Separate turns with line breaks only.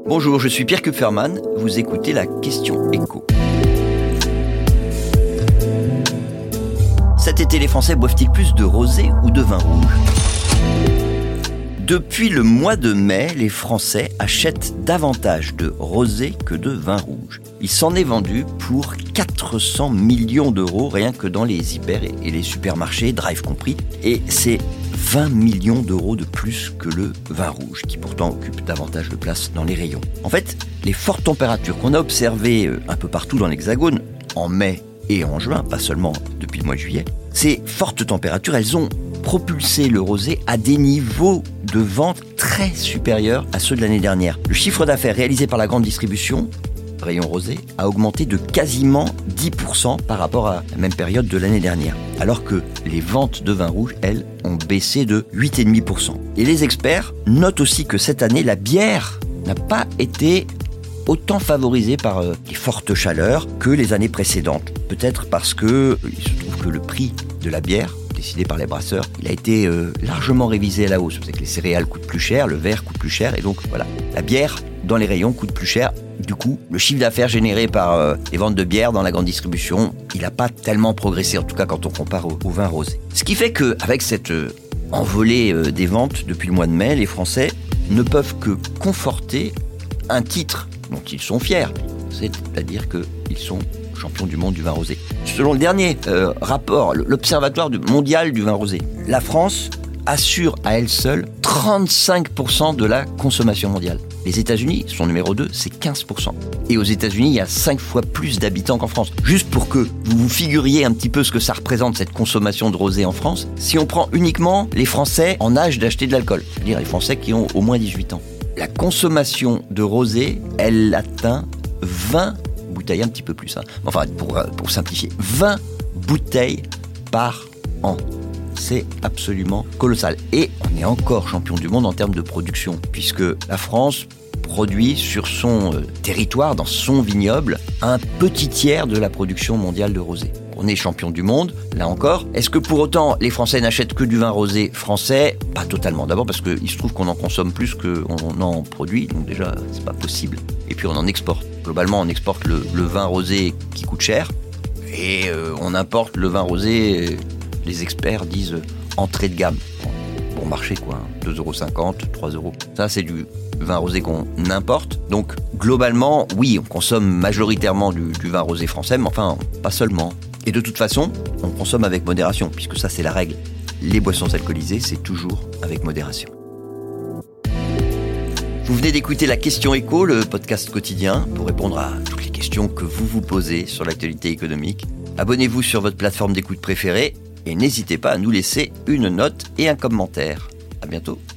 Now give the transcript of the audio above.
Bonjour, je suis Pierre Kupferman, vous écoutez la question écho. Cet été, les Français boivent-ils plus de rosé ou de vin rouge ? Depuis le mois de mai, les Français achètent davantage de rosé que de vin rouge. Il s'en est vendu pour 400 millions d'euros rien que dans les hyper et les supermarchés, Drive compris. Et c'est 20 millions d'euros de plus que le vin rouge, qui pourtant occupe davantage de place dans les rayons. En fait, les fortes températures qu'on a observées un peu partout dans l'Hexagone, en mai et en juin, pas seulement depuis le mois de juillet, ces fortes températures, elles ont propulsé le rosé à des niveaux de vente très supérieurs à ceux de l'année dernière. Le chiffre d'affaires réalisé par la grande distribution, rayon rosé, a augmenté de quasiment 10% par rapport à la même période de l'année dernière. Alors que les ventes de vin rouge, elles, ont baissé de 8,5%. Et les experts notent aussi que cette année, la bière n'a pas été autant favorisée par les fortes chaleurs que les années précédentes. Peut-être parce que il se trouve que le prix de la bière, décidé par les brasseurs, il a été largement révisé à la hausse. Vous savez que les céréales coûtent plus cher, le verre coûte plus cher, et donc voilà, la bière dans les rayons coûte plus cher. Du coup, le chiffre d'affaires généré par les ventes de bière dans la grande distribution, il n'a pas tellement progressé, en tout cas quand on compare au vin rosé. Ce qui fait qu'avec cette envolée des ventes depuis le mois de mai, les Français ne peuvent que conforter un titre dont ils sont fiers, c'est-à-dire qu'ils sont champions du monde du vin rosé. Selon le dernier rapport, l'Observatoire mondial du vin rosé, la France assure à elle seule 35% de la consommation mondiale. Les États-Unis, son numéro 2, c'est 15%. Et aux États-Unis, il y a 5 fois plus d'habitants qu'en France. Juste pour que vous vous figuriez un petit peu ce que ça représente, cette consommation de rosé en France, si on prend uniquement les Français en âge d'acheter de l'alcool, c'est-à-dire les Français qui ont au moins 18 ans. La consommation de rosé, elle atteint 20 bouteilles, un petit peu plus. Enfin, pour simplifier, 20 bouteilles par an. C'est absolument colossal. Et on est encore champion du monde en termes de production, puisque la France produit sur son territoire, dans son vignoble, un petit tiers de la production mondiale de rosé. On est champion du monde, là encore. Est-ce que pour autant, les Français n'achètent que du vin rosé français ? Pas totalement. D'abord parce qu'il se trouve qu'on en consomme plus qu'on en produit, donc déjà, c'est pas possible. Et puis on en exporte. Globalement, on exporte le vin rosé qui coûte cher, et on importe le vin rosé, les experts disent entrée de gamme. Bon marché, quoi. 2,50 €, 3 €. Ça, c'est du vin rosé qu'on importe. Donc, globalement, oui, on consomme majoritairement du vin rosé français, mais enfin, pas seulement. Et de toute façon, on consomme avec modération, puisque ça, c'est la règle. Les boissons alcoolisées, c'est toujours avec modération. Vous venez d'écouter La Question Écho, le podcast quotidien, pour répondre à toutes les questions que vous vous posez sur l'actualité économique. Abonnez-vous sur votre plateforme d'écoute préférée et n'hésitez pas à nous laisser une note et un commentaire. À bientôt.